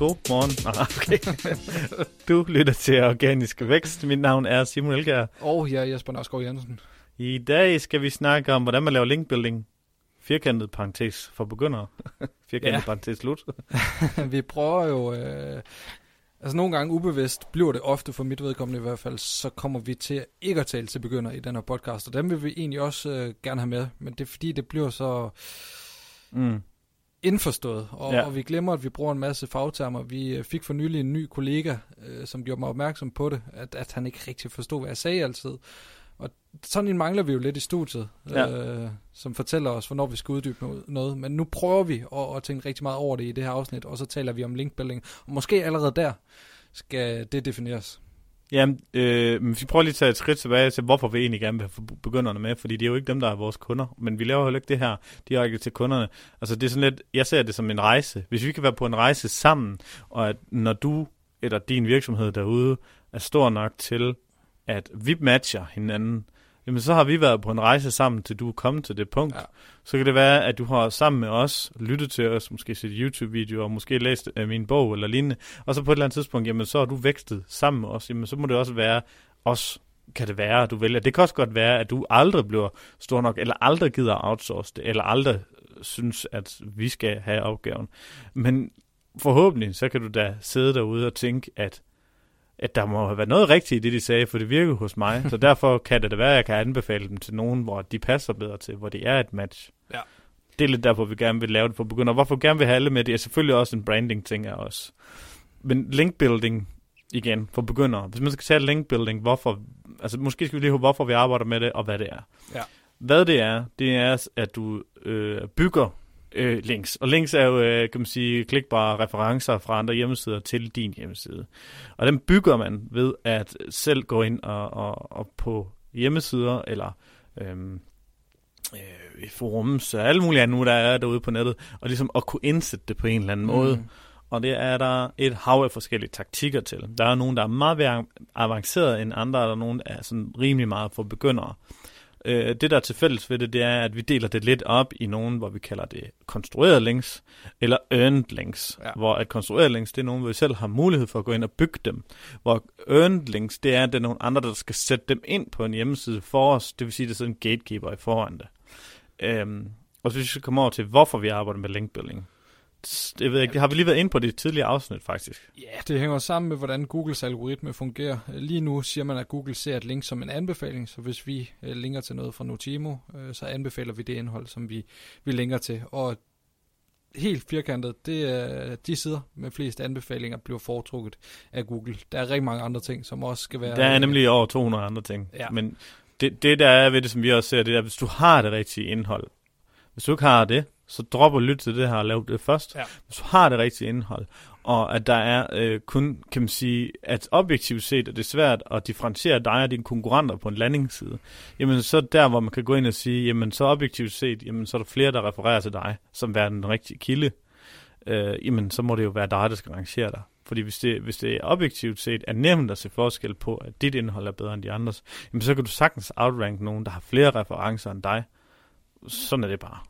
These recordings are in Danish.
God morgen. Okay. Du lytter til Organisk Vækst. Mit navn er Simon Elkjær. Og jeg er Jesper Nørskov Jensen. I dag skal vi snakke om, hvordan man laver linkbuilding. Firkantet parentes for begyndere. Firkantet parentes slut. Vi prøver jo... Altså nogle gange ubevidst bliver det ofte, for mit vedkommende i hvert fald, så kommer vi til ikke at tale til begyndere i den her podcast. Og dem vil vi egentlig også gerne have med. Men det er fordi, det bliver så... indforstået, og vi glemmer, at vi bruger en masse fagtermer. Vi fik for nylig en ny kollega, som gjorde mig opmærksom på det, at han ikke rigtig forstod, hvad jeg sagde altid. Og sådan en mangler vi jo lidt i studiet, som fortæller os, hvornår vi skal uddybe noget. Men nu prøver vi at tænke rigtig meget over det i det her afsnit, og så taler vi om linkbuilding. Og måske allerede der skal det defineres. Jamen, vi prøver lige at tage et skridt tilbage til, hvorfor vi egentlig gerne vil have begynderne med, fordi det er jo ikke dem, der er vores kunder, men vi laver jo ikke det her direkte til kunderne. Altså det er sådan lidt, jeg ser det som en rejse. Hvis vi kan være på en rejse sammen, og at når du eller din virksomhed derude er stor nok til, at vi matcher hinanden, jamen så har vi været på en rejse sammen, til du er kommet til det punkt. Ja. Så kan det være, at du har sammen med os lyttet til os, måske set YouTube-videoer, måske læst min bog eller lignende, og så på et eller andet tidspunkt, jamen så har du vækstet sammen med os, jamen så må det også være os, kan det være, at du vælger. Det kan også godt være, at du aldrig bliver stor nok, eller aldrig gider outsource det, eller aldrig synes, at vi skal have opgaven. Men forhåbentlig, så kan du da sidde derude og tænke, at der må have været noget rigtigt i det, de sagde, for det virker hos mig. Så derfor kan det da være, at jeg kan anbefale dem til nogen, hvor de passer bedre til, hvor det er et match. Ja. Det er lidt derfor, vi gerne vil lave det for begyndere. Hvorfor gerne vil have alle med? Det er selvfølgelig også en branding-ting af os. Men linkbuilding, igen, for begyndere. Hvis man skal tage linkbuilding, måske skal vi lige høre, hvorfor vi arbejder med det, og hvad det er. Ja. Hvad det er, at du bygger links. Og links er jo, kan man sige, klikbare referencer fra andre hjemmesider til din hjemmeside. Og den bygger man ved at selv gå ind og på hjemmesider, eller forums, og alle mulige andre, der er derude på nettet, og ligesom at kunne indsætte det på en eller anden måde. Og det er der et hav af forskellige taktikker til. Der er nogen, der er meget mere avanceret end andre, og der er nogen, der er sådan rimelig meget for begyndere. Det, der er til fælles ved det, det er, at vi deler det lidt op i nogen, hvor vi kalder det konstruerede links, eller earned links. Ja. Hvor at konstruerede links, det er nogen, hvor vi selv har mulighed for at gå ind og bygge dem. Hvor earned links, det er, at det er nogle andre, der skal sætte dem ind på en hjemmeside for os. Det vil sige, det er sådan en gatekeeper i foran det. Og så hvis vi skal komme over til, hvorfor vi arbejder med linkbuilding. Det ved jeg ikke. Det har vi lige været inde på det tidligere afsnit, faktisk. Ja, det hænger sammen med, hvordan Googles algoritme fungerer. Lige nu siger man, at Google ser et link som en anbefaling, så hvis vi linker til noget fra Notimo, så anbefaler vi det indhold, som vi linker til. Og helt firkantet, det er de sider med flest anbefalinger bliver foretrukket af Google. Der er rigtig mange andre ting, som også skal være... Der er nemlig over 200 andre ting. Ja. Men det der er ved det, som vi også ser, det er, hvis du har det rigtige indhold. Hvis du ikke har det, så drop og lyt til det her og lav det først. Ja. Hvis du har det rigtige indhold, og at der er kun, kan man sige, at objektivt set er det svært at differentiere dig og dine konkurrenter på en landingsside, jamen så der, hvor man kan gå ind og sige, jamen så objektivt set, jamen så er der flere, der refererer til dig, som er den rigtige kilde, jamen så må det jo være dig, der skal rangere dig. Fordi hvis det objektivt set er nemt at se forskel på, at dit indhold er bedre end de andres, jamen så kan du sagtens outranke nogen, der har flere referencer end dig. Sådan er det bare.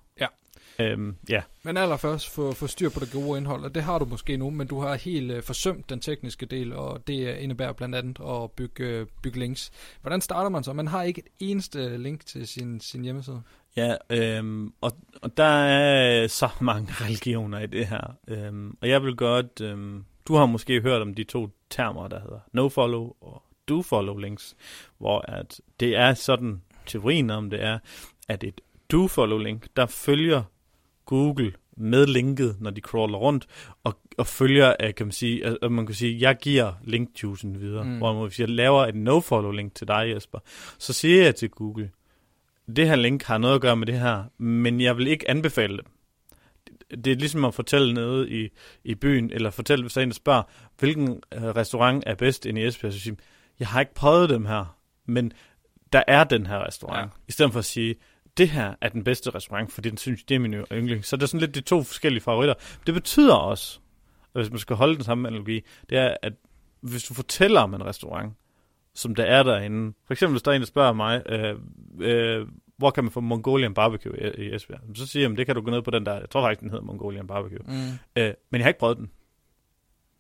Ja. Men allerførst få styr på det gode indhold, og det har du måske nu, men du har helt forsømt den tekniske del, og det indebærer blandt andet at bygge links. Hvordan starter man så? Man har ikke et eneste link til sin hjemmeside. Ja, og der er så mange religioner i det her. Og jeg vil godt... du har måske hørt om de to termer, der hedder nofollow og dofollow links, hvor at det er sådan, teorien om det er, at et dofollow-link, der følger Google med linket, når de crawler rundt, og følger, kan man kan sige, jeg giver linkjuicen videre. Hvor hvis jeg laver et no-follow-link til dig, Jesper, så siger jeg til Google, det her link har noget at gøre med det her, men jeg vil ikke anbefale det. Det er ligesom at fortælle nede i byen, eller fortælle, hvis der er en, der spørger, hvilken restaurant er bedst inde i Esbjerg, så siger jeg har ikke prøvet dem her, men der er den her restaurant. Ja. I stedet for at sige, det her er den bedste restaurant, fordi den synes, det er min yndling. Så det er sådan lidt de to forskellige favoritter. Det betyder også, hvis man skal holde den samme analogi, det er, at hvis du fortæller om en restaurant, som der er derinde, for eksempel hvis der er en, der spørger mig, hvor kan man få Mongolian barbecue i Esbjerg, så siger jeg, det kan du gå ned på den der, jeg tror faktisk, den hedder Mongolian barbecue. Men jeg har ikke prøvet den.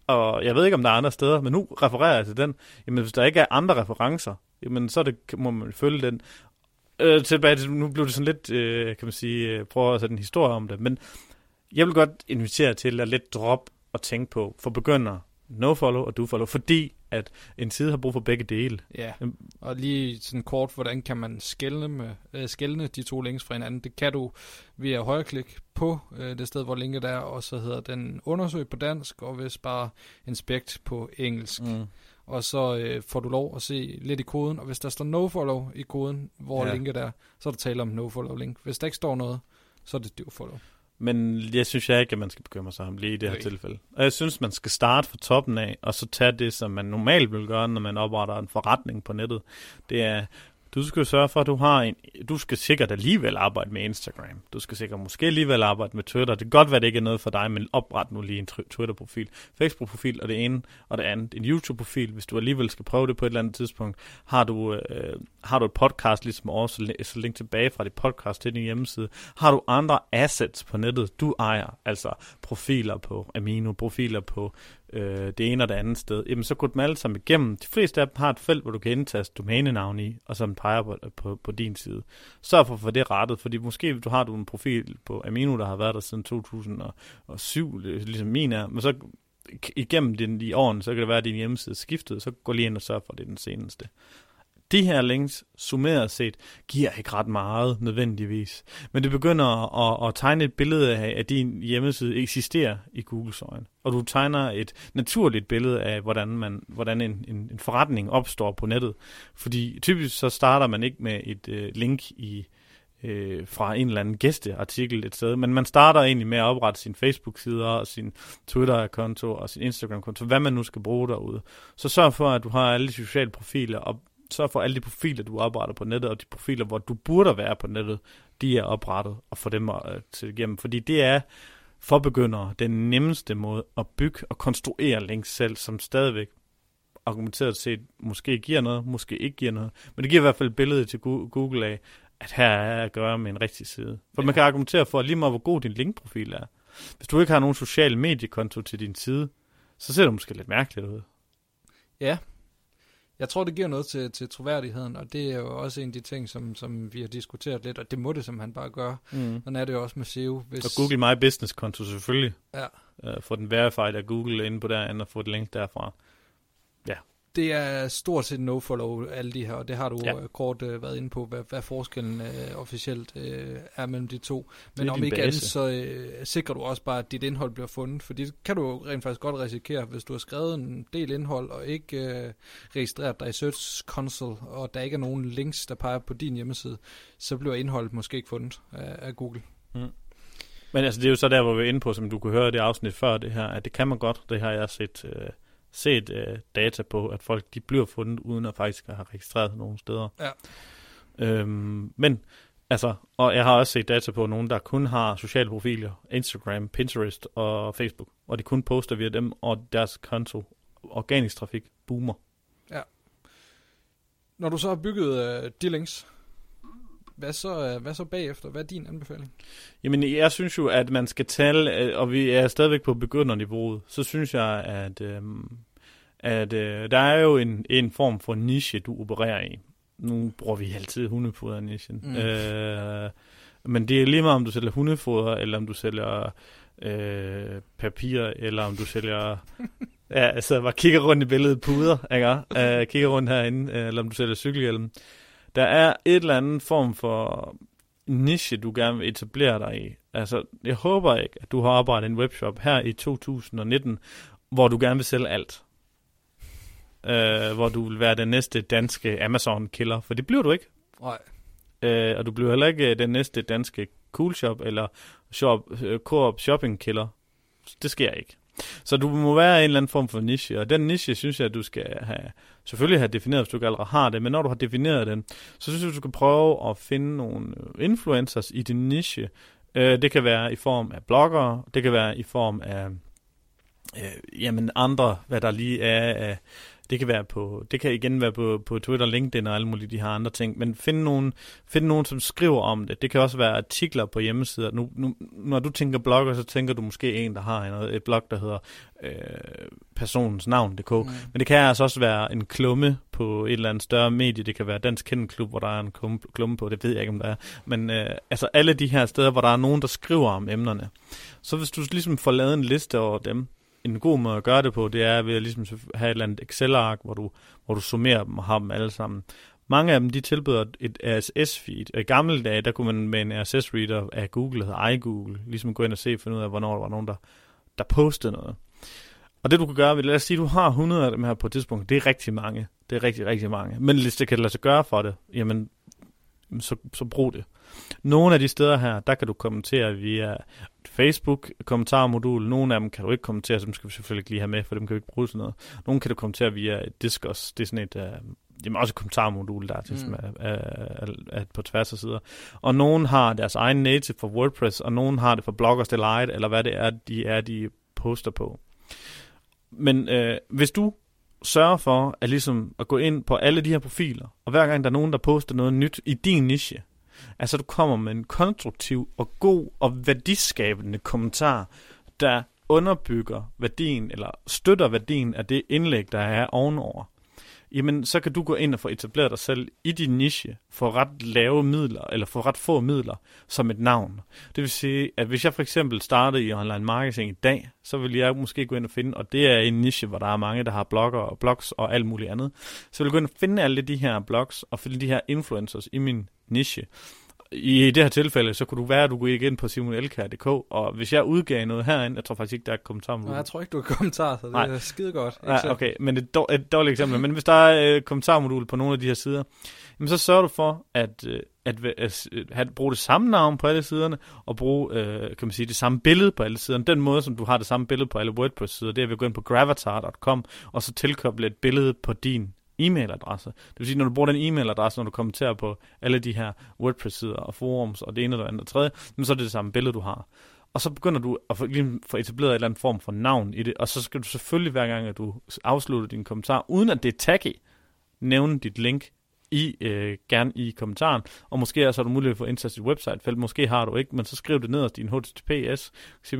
og jeg ved ikke, om der er andre steder, men nu refererer jeg til den. Jamen, hvis der ikke er andre referencer, jamen, så må man følge den. Tilbage til, nu blev det sådan lidt, kan man sige, prøve at sætte en historie om det, men jeg vil godt invitere til at lidt droppe og tænke på, for begyndere, nofollow og dofollow, fordi at en side har brug for begge dele. Ja, og lige sådan kort, hvordan kan man skelne de to links fra hinanden? Det kan du via højreklik på det sted, hvor linket er, og så hedder den undersøg på dansk, og hvis bare inspect på engelsk. Og så får du lov at se lidt i koden, og hvis der står nofollow i koden, hvor linket er, så er der tale om nofollow link. Hvis der ikke står noget, så er det dofollow. Men jeg synes ikke, at man skal bekymre sig om lige i det her tilfælde. Og jeg synes, man skal starte fra toppen af, og så tage det, som man normalt vil gøre, når man opretter en forretning på nettet. Det er, du skal sørge for, at du skal sikkert alligevel arbejde med Instagram. Du skal sikkert måske alligevel arbejde med Twitter. Det kan godt være, at det ikke er noget for dig, men opret nu lige en Twitter-profil, Facebook-profil og det ene og det andet. En YouTube-profil, hvis du alligevel skal prøve det på et eller andet tidspunkt. Har du et podcast ligesom også, så link tilbage fra dit podcast til din hjemmeside. Har du andre assets på nettet, du ejer, altså profiler på Amino, profiler på det ene og det andet sted, jamen så går dem alle sammen igennem. De fleste af dem har et felt, hvor du kan indtaste domænenavn i, og som peger på din side. Sørg for at få det rettet, fordi måske du har en profil på Amino, der har været der siden 2007, ligesom min er, men så igennem de årene, så kan det være, at din hjemmeside er skiftet, så gå lige ind og sørg for, at det er den seneste. De her links, summeret set, giver ikke ret meget nødvendigvis. Men det begynder at tegne et billede af, at din hjemmeside eksisterer i Googles øjne. Og du tegner et naturligt billede af, hvordan en forretning opstår på nettet. Fordi typisk så starter man ikke med et link fra en eller anden gæsteartikel et sted, men man starter egentlig med at oprette sin Facebook-sider og sin Twitter-konto og sin Instagram-konto, hvad man nu skal bruge derude. Så sørg for, at du har alle de sociale profiler, og sørg for, at alle de profiler, du opretter på nettet, og de profiler, hvor du burde være på nettet, de er oprettet, og få dem til igennem. Fordi det er for begyndere den nemmeste måde at bygge og konstruere links selv, som stadigvæk argumenteret set måske giver noget, måske ikke giver noget. Men det giver i hvert fald et billede til Google af, at her er at gøre med en rigtig side. For man kan argumentere for, at lige meget hvor god din linkprofil er. Hvis du ikke har nogen social mediekonto til din side, så ser det måske lidt mærkeligt ud. Ja. Jeg tror, det giver noget til troværdigheden, og det er jo også en af de ting, som vi har diskuteret lidt, og det må det simpelthen bare gøre. Sådan er det jo også med SEO. Og Google My Business-konto selvfølgelig. Ja. Få den verified af Google inde på derinde og få et link derfra. Ja. Det er stort set no-follow, alle de her, og det har du kort været inde på, hvad forskellen officielt er mellem de to. Men om ikke andet, så sikrer du også bare, at dit indhold bliver fundet, for det kan du jo rent faktisk godt risikere, hvis du har skrevet en del indhold, og ikke registreret dig i Search Console, og der ikke er nogen links, der peger på din hjemmeside, så bliver indholdet måske ikke fundet af Google. Men altså, det er jo så der, hvor vi er inde på, som du kunne høre i det afsnit før det her, at det kan man godt, det har jeg set data på, at folk de bliver fundet, uden at faktisk have registreret nogen steder. Ja. Men, altså, og jeg har også set data på nogen, der kun har sociale profiler, Instagram, Pinterest og Facebook, og de kun poster via dem, og deres konto, organisk trafik, boomer. Ja. Når du så har bygget de links, hvad så bagefter? Hvad er din anbefaling? Jamen, jeg synes jo, at man skal tale, og vi er stadigvæk på begynderniveauet, så synes jeg, at der er jo en form for niche, du opererer i. Nu bruger vi altid hundefoder-nichen. Men det er lige meget, om du sælger hundefoder, eller om du sælger papir, eller om du sælger... ja, altså bare kigger rundt i billedet puder, ikke? Kigger rundt herinde, eller om du sælger cykelhjelm. Der er et eller andet form for niche, du gerne vil etablere dig i. Altså, jeg håber ikke, at du har oprettet en webshop her i 2019, hvor du gerne vil sælge alt. Hvor du vil være den næste danske Amazon-killer, for det bliver du ikke. Nej. Og du bliver heller ikke den næste danske Coolshop eller Coop shopping-killer. Det sker ikke. Så du må være en eller anden form for niche, og den niche synes jeg, at du skal selvfølgelig have defineret, hvis du ikke allerede har det, men når du har defineret den, så synes jeg, at du skal prøve at finde nogle influencers i din niche. Det kan være i form af bloggere, det kan være i form jamen andre, hvad der lige er. Det kan igen være på Twitter, LinkedIn og alle mulige de her andre ting, men find nogen, som skriver om det. Det kan også være artikler på hjemmesider. Nu, når du tænker blogger, så tænker du måske en, der har et blog, der hedder personensnavn.dk, men det kan altså også være en klumme på et eller andet større medie. Det kan være Dansk Kennelklub, hvor der er en klumme på, det ved jeg ikke, om der er. Men altså alle de her steder, hvor der er nogen, der skriver om emnerne. Så hvis du ligesom får lavet en liste over dem, en god måde at gøre det på, det er ved at ligesom have et eller andet Excel-ark, hvor du summerer dem og har dem alle sammen. Mange af dem, de tilbyder et RSS-feed. I gamle dage, der kunne man med en RSS-reader af Google, hedder iGoogle, ligesom gå ind og finde ud af, hvornår der var nogen, der postede noget. Og det du kan gøre, lad os sige, at du har 100 af dem her på et tidspunkt, det er rigtig mange. Det er rigtig, rigtig mange. Men hvis det kan lade sig gøre for det, jamen, så brug det. Nogle af de steder her, der kan du kommentere via Facebook kommentarmodul. Nogle af dem kan du ikke kommentere, så dem skal vi selvfølgelig ikke lige have med, for dem kan vi ikke bruge sådan noget. Nogle kan du kommentere via Disqus. Det er sådan et, også et kommentarmodul, der er til, som er på tværs af sider. Og nogle har deres egen native for WordPress, og nogle har det for Bloggers Delight, eller hvad det er, de poster på. Men hvis du sørger for at gå ind på alle de her profiler, og hver gang der er nogen, der poster noget nyt i din niche, altså du kommer med en konstruktiv og god og værdiskabende kommentar, der underbygger værdien, eller støtter værdien af det indlæg, der er ovenover, jamen så kan du gå ind og få etableret dig selv i din niche for ret lave midler, eller for ret få midler, som et navn. Det vil sige, at hvis jeg for eksempel startede i online marketing i dag, så vil jeg måske gå ind og finde, og det er en niche, hvor der er mange, der har blogger og blogs og alt muligt andet, så vil jeg gå ind og finde alle de her blogs, og finde de her influencers i min niche. I det her tilfælde, så kunne du være, at du kunne ikke ind på simonelkjær.dk, og hvis jeg udgav noget herinde, jeg tror faktisk ikke, der er et kommentar. Nej, jeg tror ikke, du har kommentar, så det er skide godt. Nej, okay, men et dårligt eksempel. Men hvis der er et kommentarmodul på nogle af de her sider, jamen så sørger du for at bruge det samme navn på alle siderne, og bruge kan man sige, det samme billede på alle siderne. Den måde, som du har det samme billede på alle WordPress-sider, det er ved at gå ind på gravatar.com, og så tilkoble et billede på din e-mailadresse. Det vil sige, når du bruger den e-mailadresse, når du kommenterer på alle de her WordPress-sider og forums og det ene eller andet og tredje, så er det det samme billede, du har. Og så begynder du at få etableret en eller anden form for navn i det, og så skal du selvfølgelig hver gang, at du afslutter din kommentar, uden at det er tagget, nævne dit link gerne i kommentaren, og måske så har du mulighed for at indtage dit website-felt, måske har du ikke, men så skriv det nederst i din https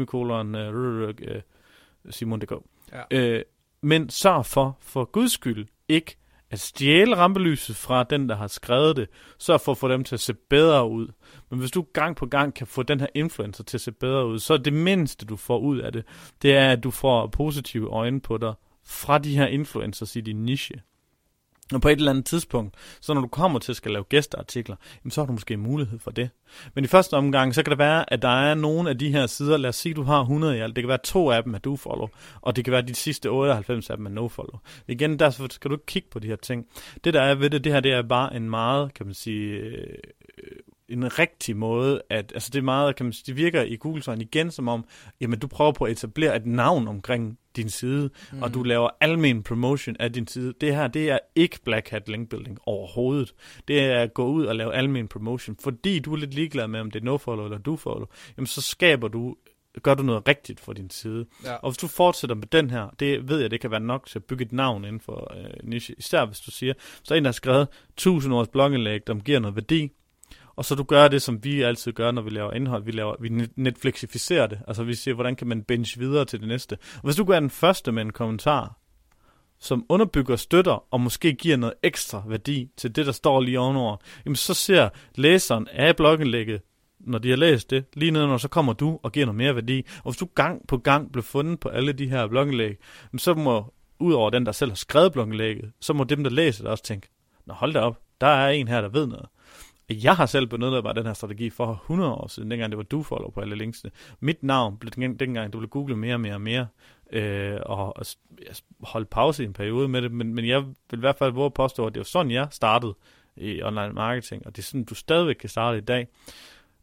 simon.dk. Ja. Men sørg for Guds skyld ikke at stjæle rampelyset fra den, der har skrevet det, sørg for at få dem til at se bedre ud. Men hvis du gang på gang kan få den her influencer til at se bedre ud, så er det mindste, du får ud af det, det er, at du får positive øjne på dig fra de her influencers i din niche. Og på et eller andet tidspunkt, så når du kommer til at skal lave gæsteartikler, så har du måske mulighed for det. Men i første omgang, så kan det være, at der er nogle af de her sider, lad os sige, du har 100 i alt. Det kan være 2 af dem, at du follow, og det kan være de sidste 98 af dem, at no follow. Igen, derfor skal du ikke kigge på de her ting. Det der er ved det her, det er bare en meget, kan man sige, en rigtig måde, altså det er meget, kan man sige, det virker i Google-søgningen igen som om, jamen du prøver på at etablere et navn omkring din side, og du laver almen promotion af din side. Det her, det er ikke Black Hat Link Building overhovedet. Det er at gå ud og lave almen promotion, fordi du er lidt ligeglad med, om det er no-follow eller do-follow, jamen så gør du noget rigtigt for din side. Ja. Og hvis du fortsætter med den her, det ved jeg, det kan være nok til at bygge et navn inden for niche. Især hvis du siger, så er en, der har skrevet 1000 års blogindlæg, der giver noget værdi, og så du gør det, som vi altid gør, når vi laver indhold. Vi Netflixificerer det. Altså vi siger, hvordan kan man binge videre til det næste. Og hvis du gør den første med en kommentar, som underbygger, støtter og måske giver noget ekstra værdi til det, der står lige ovenover, jamen så ser læseren af blogindlægget, når de har læst det, lige nedenunder, så kommer du og giver noget mere værdi. Og hvis du gang på gang bliver fundet på alle de her blogindlæg, så må, ud over den, der selv har skrevet blogindlægget, så må dem, der læser det også tænke, nå hold da op, der er en her, der ved noget. Jeg har selv benyttet mig af den her strategi for 100 år siden, dengang det var do-follow på alle linksene. Mit navn blev dengang, du ville google mere og mere, og jeg holdt pause i en periode med det, men jeg vil i hvert fald våge påstå, at det var sådan, jeg startede i online marketing, og det er sådan, du stadigvæk kan starte i dag.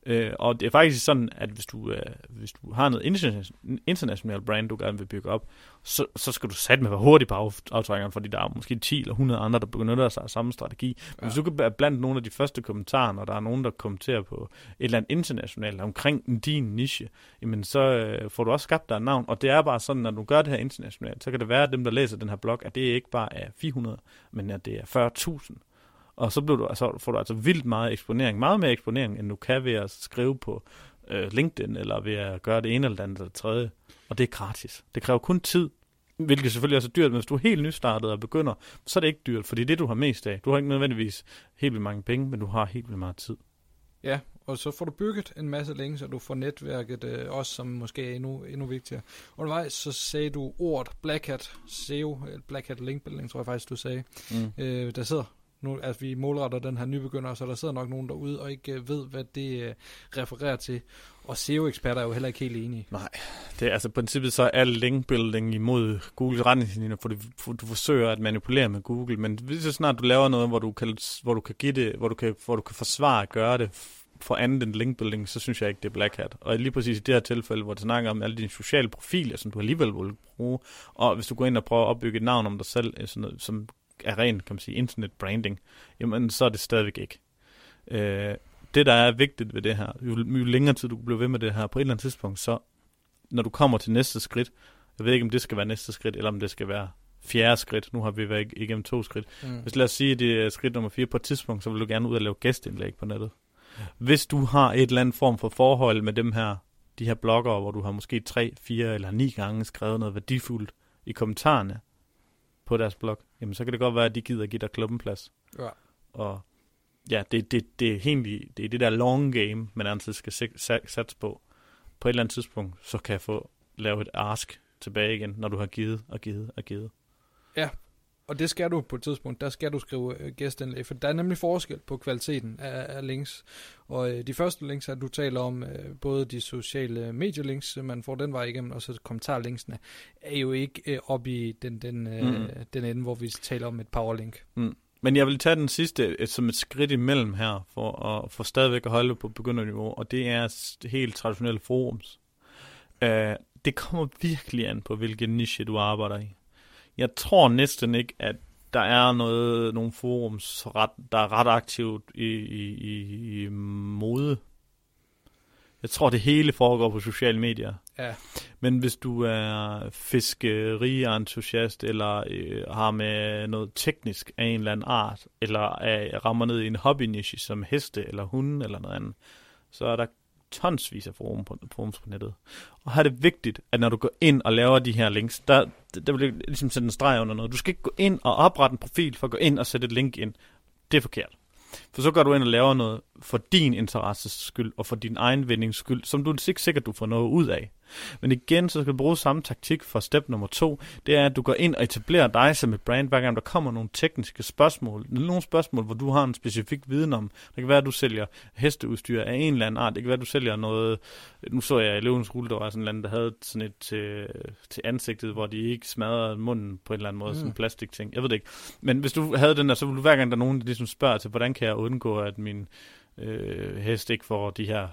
Og det er faktisk sådan, at hvis du har noget international brand, du gerne vil bygge op, så skal du sætte med være hurtigt på aftrækkeren, fordi der er måske 10 eller 100 andre, der benytter sig af samme strategi. Men hvis du kan være blandt nogle af de første kommentarer, når der er nogen, der kommenterer på et eller andet internationalt omkring din niche, jamen så får du også skabt dig et navn. Og det er bare sådan, når du gør det her internationalt, så kan det være, at dem, der læser den her blog, at det ikke bare er 400, men at det er 40.000. Og så får du altså vildt meget eksponering. Meget mere eksponering, end du kan ved at skrive på LinkedIn, eller ved at gøre det ene eller det andet eller det tredje. Og det er gratis. Det kræver kun tid, hvilket selvfølgelig er så dyrt, men hvis du er helt nystartet og begynder, så er det ikke dyrt, fordi det er det, du har mest af. Du har ikke nødvendigvis helt vildt mange penge, men du har helt vildt meget tid. Ja, og så får du bygget en masse links, og du får netværket også, som måske er endnu vigtigere. Undervejs så sagde du ordet Black Hat SEO, Black Hat Link Building, tror jeg faktisk, du sagde. Der sidder nu, at vi målretter den her nybegynder, så der sidder nok nogen derude og ikke ved, hvad det refererer til. Og SEO-eksperter er jo heller ikke helt enige. Nej, det er altså princippet så er linkbuilding imod Googles retningslinjer, for du forsøger at manipulere med Google, men lige så snart du laver noget, hvor du kan give det, hvor du kan forsvare at gøre det for andet end linkbuilding, så synes jeg ikke, det er Black Hat. Og lige præcis i det her tilfælde, hvor det snakker om alle dine sociale profiler, som du alligevel vil bruge, og hvis du går ind og prøver at opbygge et navn om dig selv, sådan noget, som er ren, kan man sige, internet branding, jamen så er det stadigvæk ikke. Det, der er vigtigt ved det her, jo længere tid du kan blive ved med det her, på et eller andet tidspunkt, så når du kommer til næste skridt, jeg ved ikke, om det skal være næste skridt, eller om det skal være fjerde skridt, nu har vi været igennem 2 skridt. Hvis lad os sige, at det er skridt nummer 4 på et tidspunkt, så vil du gerne ud og lave gæstindlæg på nettet. Hvis du har et eller andet form for forhold med de her bloggere, hvor du har måske 3, 4 eller 9 gange skrevet noget værdifuldt i kommentarerne på deres blog, jamen så kan det godt være, at de gider give dig klubbenplads. Ja. Og ja, det er det der long game, man altid skal satse på. På et eller andet tidspunkt, så kan jeg få lavet et ask tilbage igen, når du har givet og givet og givet. Ja, og det skal du på et tidspunkt, der skal du skrive gæstindlæg, for der er nemlig forskel på kvaliteten af links. Og de første links, at du taler om, både de sociale medielinks, man får den vej igennem, og så kommentarlinksene, er jo ikke op i den ende, hvor vi taler om et powerlink. Men jeg vil tage den sidste som et skridt imellem her, for stadigvæk at holde på begynderniveau, og det er helt traditionelle forums. Det kommer virkelig an på, hvilken niche du arbejder i. Jeg tror næsten ikke, at der er nogle forums, der er ret aktivt i mode. Jeg tror, det hele foregår på sociale medier. Ja. Men hvis du er fiskeri-entusiast, eller har med noget teknisk af en eller anden art, eller rammer ned i en hobby-niche som heste eller hunde eller noget andet, så er der tonsvis af forums på nettet. Og her er det vigtigt, at når du går ind og laver de her links, der vil jeg ligesom sætte en streg under noget. Du skal ikke gå ind og oprette en profil for at gå ind og sætte et link ind. Det er forkert. For så går du ind og laver noget for din interesses skyld, og for din egen vindings skyld, som du er ikke sikkert, du får noget ud af. Men igen, så skal du bruge samme taktik for step nummer 2. Det er, at du går ind og etablerer dig som et brand, hver gang der kommer nogle tekniske spørgsmål. Nogle spørgsmål, hvor du har en specifik viden om. Det kan være, at du sælger hesteudstyr af en eller anden art. Det kan være, at du sælger noget. Nu så jeg i Løvens Hule, der var sådan et land, der havde sådan et til ansigtet, hvor de ikke smadrede munden på en eller anden måde, sådan en plastikting. Jeg ved det ikke. Men hvis du havde den der, så ville du hver gang, der er nogen, der ligesom spørger til, hvordan kan jeg undgå, at min hest ikke får de her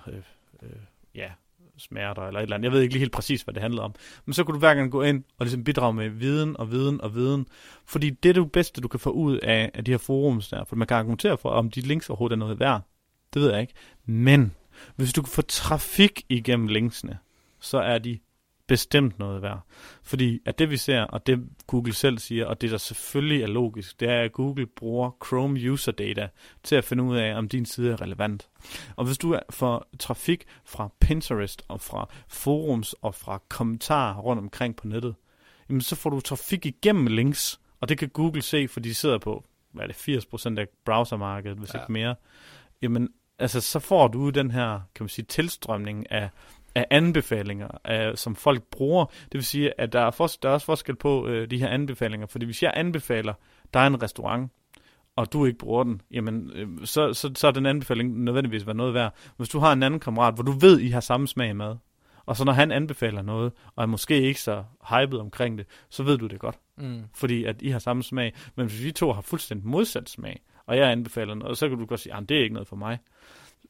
smerter eller et eller andet. Jeg ved ikke lige helt præcis, hvad det handler om. Men så kunne du hver gang gå ind og ligesom bidrage med viden. Fordi det er det bedste, du kan få ud af de her forums der. For man kan argumentere for, om de links overhovedet er noget værd. Det ved jeg ikke. Men hvis du kan få trafik igennem linksene, så er de bestemt noget værd. Fordi at det vi ser, og det Google selv siger, og det der selvfølgelig er logisk, det er, at Google bruger Chrome user data til at finde ud af, om din side er relevant. Og hvis du får trafik fra Pinterest og fra forums og fra kommentarer rundt omkring på nettet, jamen så får du trafik igennem links, og det kan Google se, for de sidder på, hvad er det, 80% af browsermarkedet, hvis ikke mere. Jamen, altså så får du den her, kan man sige, tilstrømning af anbefalinger, som folk bruger. Det vil sige, at der er også forskel på de her anbefalinger, fordi hvis jeg anbefaler, der er en restaurant, og du ikke bruger den, jamen, så er den anbefaling nødvendigvis været noget værd. Hvis du har en anden kammerat, hvor du ved, I har samme smag i mad, og så når han anbefaler noget, og er måske ikke så hyped omkring det, så ved du det godt. Fordi at I har samme smag. Men hvis vi to har fuldstændig modsat smag, og jeg anbefaler noget, så kan du godt sige, at det er ikke noget for mig.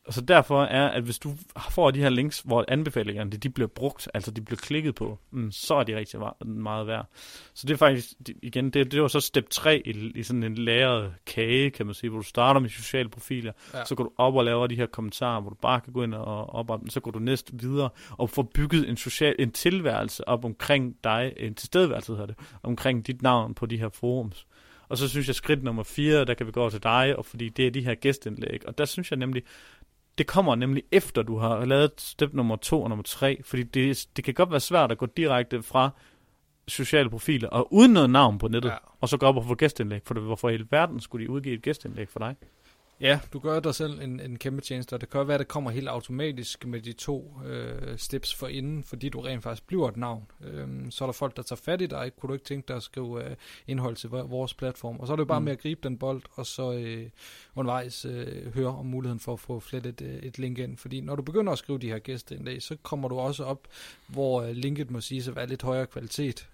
så derfor er, at hvis du får de her links, hvor anbefalingerne de bliver brugt, altså de bliver klikket på, så er de rigtig meget værd. Så det er faktisk, igen, det var så step 3 i sådan en lagret kage, kan man sige, hvor du starter med sociale profiler, så går du op og laver de her kommentarer, hvor du bare kan gå ind og oprette dem, så går du næste videre og får bygget en tilværelse op omkring dig, en tilstedeværelse hedder det, omkring dit navn på de her forums. Og så synes jeg, skridt nummer 4, der kan vi gå over til dig, og fordi det er de her gæstindlæg. Og der synes jeg nemlig, det kommer nemlig efter, du har lavet step nummer 2 og nummer 3. Fordi det kan godt være svært at gå direkte fra sociale profiler, og uden noget navn på nettet, og så gå op og få gæstindlæg. For hvorfor i hele verden skulle de udgive et gæstindlæg for dig? Ja, du gør dig selv en kæmpe tjeneste, og det kan jo være, at det kommer helt automatisk med de 2 steps forinden, fordi du rent faktisk bliver et navn. Så er der folk, der tager fat i dig. Kunne du ikke tænke dig at skrive indhold til vores platform? Og så er det jo bare med at gribe den bold, og så undervejs høre om muligheden for at få flettet et link ind. Fordi når du begynder at skrive de her gæsteindlæg, så kommer du også op, hvor linket må sige at være lidt højere kvalitet.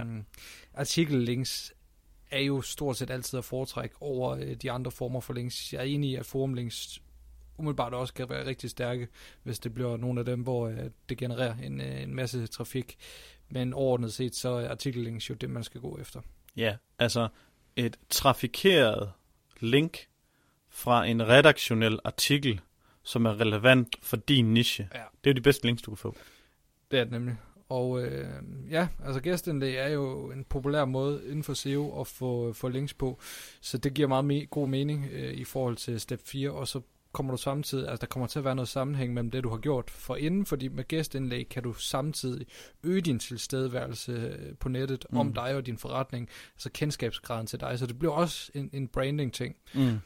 Artikellinks er jo stort set altid at foretrække over de andre former for links. Jeg er enig i, at forumlinks umiddelbart også kan være rigtig stærke, hvis det bliver nogle af dem, hvor det genererer en masse trafik. Men overordnet set, så er artikellinks jo det, man skal gå efter. Ja, altså et trafikeret link fra en redaktionel artikel, som er relevant for din niche. Ja. Det er jo de bedste links, du kan få. Det er det nemlig. Og altså gæstindlæg er jo en populær måde inden for SEO at få links på, så det giver meget god mening i forhold til step 4, og så kommer du samtidig, altså der kommer til at være noget sammenhæng mellem det, du har gjort forinden, fordi med gæstindlæg kan du samtidig øge din tilstedeværelse på nettet om dig og din forretning, altså kendskabsgraden til dig, så det bliver også en branding-ting.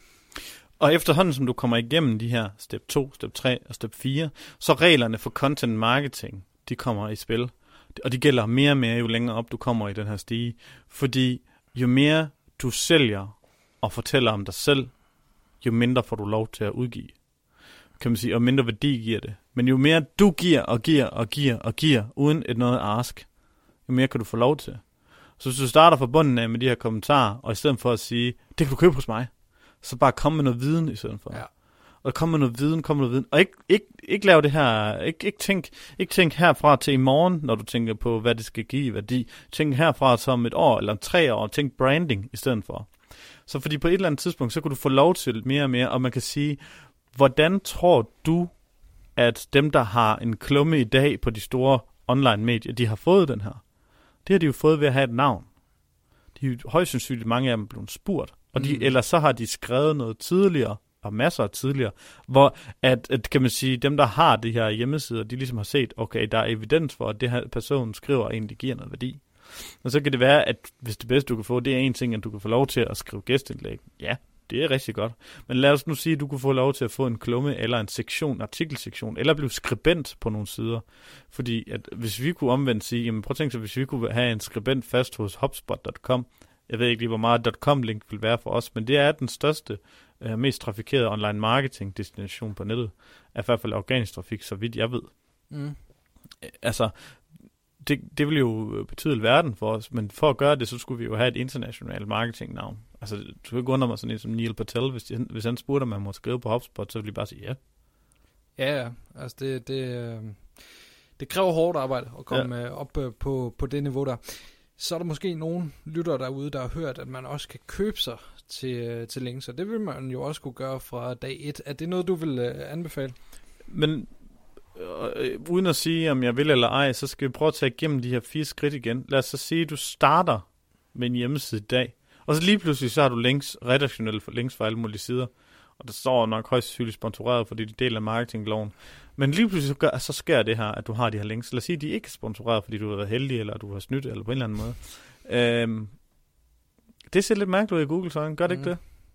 Og efterhånden, som du kommer igennem de her step 2, step 3 og step 4, så reglerne for content marketing, de kommer i spil. Og de gælder mere og mere, jo længere op du kommer i den her stige. Fordi jo mere du sælger og fortæller om dig selv, jo mindre får du lov til at udgive. Kan man sige, og mindre værdi giver det. Men jo mere du giver, uden et noget ask, jo mere kan du få lov til. Så hvis du starter fra bunden af med de her kommentarer, og i stedet for at sige, det kan du købe hos mig, så bare kom med noget viden i stedet for. Ja. Og kom med noget viden, og ikke lave det her, ikke tænk herfra til i morgen, når du tænker på, hvad det skal give værdi. Tænk herfra som et år eller 3 år, tænk branding i stedet for. Så fordi på et eller andet tidspunkt, så kan du få lov til mere og mere, og man kan sige, hvordan tror du, at dem, der har en klumme i dag på de store online medier, de har fået den her? Det har de jo fået ved at have et navn. De er jo højst sandsynligt, mange af dem er blevet spurgt, og ellers så har de skrevet noget tidligere, og masser af tidligere, hvor at kan man sige, dem der har de her hjemmesider, de ligesom har set, okay, der er evidens for, at det her personen skriver egentlig giver noget værdi. Og så kan det være, at hvis det bedste du kan få, det er en ting, at du kan få lov til at skrive gæstindlæg. Ja, det er rigtig godt. Men lad os nu sige, at du kunne få lov til at få en klumme, eller en sektion, artikelsektion, eller blive skribent på nogle sider. Fordi at hvis vi kunne omvendt sige, jamen prøv at tænke sig, hvis vi kunne have en skribent fast hos HubSpot.com, jeg ved ikke lige, hvor meget .com-link vil være for os, men det er den største, mest trafikerede online marketing destination på nettet. Er i hvert fald organisk trafik, så vidt jeg ved. Altså, det vil jo betyde alverden for os, men for at gøre det, så skulle vi jo have et internationalt marketingnavn. Altså, du kan ikke undre mig sådan en som Neil Patel, hvis han spurgte, om man må skrive på HubSpot, så ville de bare sige ja. Ja, altså det kræver hårdt arbejde at komme op på det niveau der. Så er der måske nogen lyttere derude, der har hørt, at man også kan købe sig til links, og det vil man jo også kunne gøre fra dag 1. Er det noget, du vil anbefale? Men uden at sige, om jeg vil eller ej, så skal vi prøve at tage igennem de her 4 skridt igen. Lad os så sige, at du starter med en hjemmeside i dag, og så lige pludselig så har du links, redaktionelle links fra alle mulige sider, og der står nok højst sandsynligt sponsoreret, fordi de deler marketingloven. Men lige pludselig så sker det her, at du har de her links. Lad os sige, at de ikke er sponsoreret, fordi du har været heldig, eller du har snydt, eller på en eller anden måde. Det ser lidt mærkeligt ud i Google, så gør det ikke det?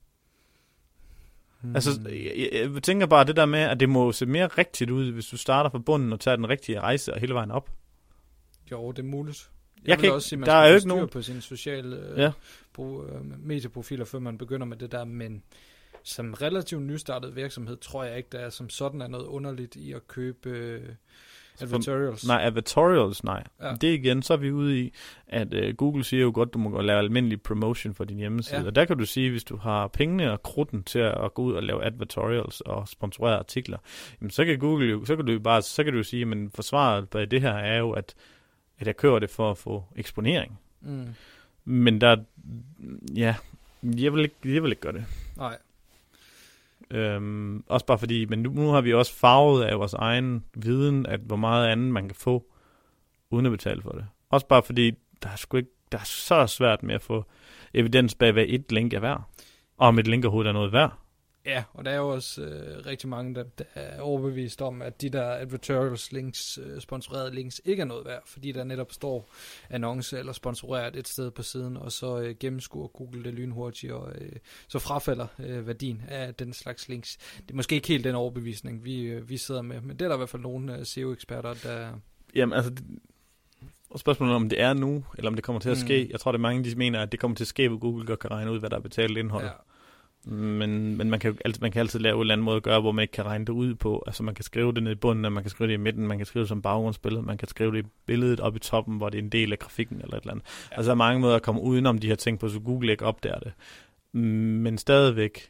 Altså, jeg tænker bare det der med, at det må se mere rigtigt ud, hvis du starter fra bunden og tager den rigtige rejse og hele vejen op. Jo, det er muligt. Jeg vil også sige, at man skal styre på sine sociale medieprofiler, før man begynder med det der, men som relativt nystartet virksomhed, tror jeg ikke, der er som sådan er noget underligt i at købe Advertorials. Nej. Ja. Det igen, så er vi ude i, at Google siger jo godt, du må lave almindelig promotion for din hjemmeside. Ja. Og der kan du sige, hvis du har pengene og krudten til at gå ud og lave advertorials og sponsorere artikler, jamen, så kan Google jo, så kan du jo sige, men forsvaret bag det her er jo, at jeg køber det for at få eksponering. Mm. Men der, ja, jeg vil ikke gøre det. Nej. Også bare fordi, men nu har vi også farvet af vores egen viden, at hvor meget andet man kan få, uden at betale for det. Også bare fordi, der er så svært med at få evidens bag, hvad et link er værd. Og om et link overhovedet er noget værd. Ja, og der er jo også rigtig mange, der er overbevist om, at de der advertorials links, sponsorerede links, ikke er noget værd, fordi der netop står annonce eller sponsoreret et sted på siden, og så gennemskuer Google det lynhurtigt, og så frafalder værdien af den slags links. Det er måske ikke helt den overbevisning, vi sidder med, men det er der i hvert fald nogle SEO-eksperter, der... Jamen altså... Og spørgsmålet om det er nu, eller om det kommer til at ske. Jeg tror, det er mange, de mener, at det kommer til at ske, hvor Google godt kan regne ud, hvad der er betalt indhold. Ja. Men man kan altid lave en eller anden måde at gøre, hvor man ikke kan regne det ud på. Altså man kan skrive det ned i bunden, man kan skrive det i midten, man kan skrive det som baggrundsbillede, man kan skrive det i billedet op i toppen, hvor det er en del af grafikken eller et eller andet. Ja. Altså der er mange måder at komme udenom de her ting på, så Google ikke opdager det. Men stadigvæk...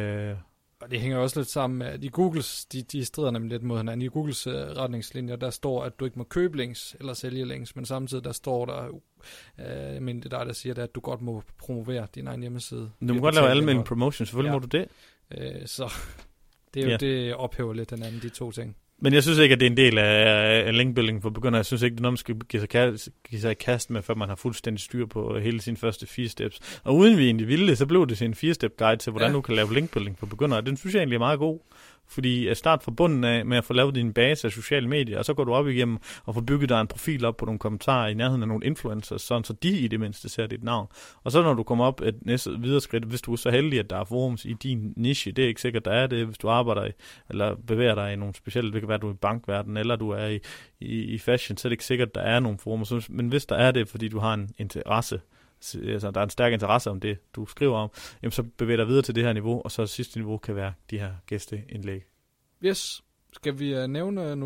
Og det hænger også lidt sammen med, at i Googles, de strider nemlig lidt mod hinanden. I Googles retningslinjer, der står, at du ikke må købe links eller sælge links, men samtidig der står der, men det er der siger, at du godt må promovere din egen hjemmeside. Du må godt lave almindelig promotion, selvfølgelig må du det. Så det er jo det ophæver lidt hinanden, de to ting. Men jeg synes ikke, at det er en del af linkbuilding for begyndere. Jeg synes ikke, det er noget, man skal give sig i kast med, før man har fuldstændig styr på hele sine første 4 steps. Og uden vi egentlig ville det, så blev det sin 4-step guide til, hvordan du kan lave linkbuilding for begyndere. Den synes jeg egentlig er meget god. Fordi at starte fra bunden af med at få lavet din base af sociale medier, og så går du op igennem og får bygget dig en profil op på nogle kommentarer i nærheden af nogle influencers, sådan så de i det mindste ser dit navn. Og så når du kommer op et næste videre skridt, hvis du er så heldig, at der er forums i din niche, det er ikke sikkert, der er det, hvis du arbejder i, eller bevæger dig i nogle specielle, det kan være, du er i bankverden, eller du er i fashion, så er det ikke sikkert, der er nogle forums. Men hvis der er det, fordi du har en interesse, altså der er en stærk interesse om det, du skriver om, jamen så bevæger dig videre til det her niveau, og så sidste niveau kan være de her gæsteindlæg. Yes. Skal vi nævne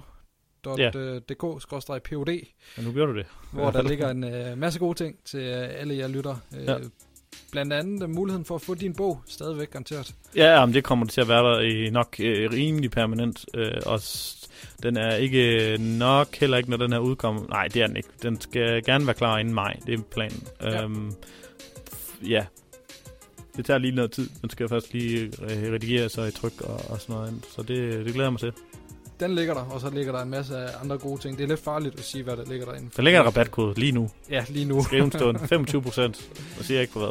notimo.dk/pod? Ja, nu gør du det. Hvor der ligger en masse gode ting til alle jer lytter. Blandt andet muligheden for at få din bog stadigvæk garanteret. Ja, men det kommer til at være der i nok rimelig permanent. Og den er ikke nok, heller ikke når den her udkommer. Nej, det er den ikke. Den skal gerne være klar inden maj. Det er planen. Ja. Det tager lige noget tid. Den skal først lige redigere sig i tryk og sådan noget. Så det glæder jeg mig til. Den ligger der, og så ligger der en masse andre gode ting. Det er lidt farligt at sige, hvad der ligger derinde. Der ligger en rabatkode lige nu. Ja, lige nu. Skrivestund 25%. Og siger jeg ikke på hvad.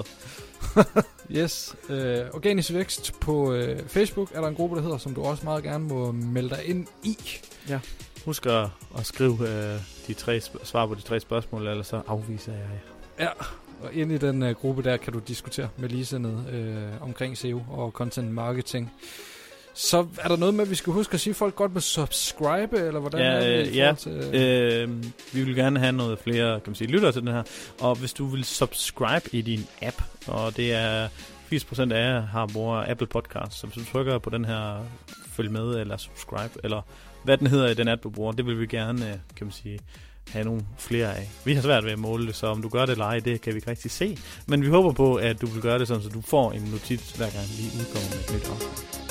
Yes. Organisk Vækst på Facebook er der en gruppe, der hedder, som du også meget gerne må melde dig ind i. Ja. Husk at skrive svar på de 3 spørgsmål, eller så afviser jeg. Ja. Og ind i den gruppe der kan du diskutere med ligesindede omkring SEO og content marketing. Så er der noget med, at vi skal huske at sige, at folk godt må subscribe, eller hvordan er det i forhold til... Vi vil gerne have noget flere, kan man sige, lyttere til den her. Og hvis du vil subscribe i din app, og det er 80% af jer bruger Apple Podcasts, så hvis du trykker på den her følg med, eller subscribe, eller hvad den hedder i den app, du bruger, det vil vi gerne, kan man sige, have nogle flere af. Vi har svært ved at måle det, så om du gør det eller ej, det kan vi ikke rigtig se. Men vi håber på, at du vil gøre det sådan, så du får en notits, hver gang vi udkommer med et nyt afsnit.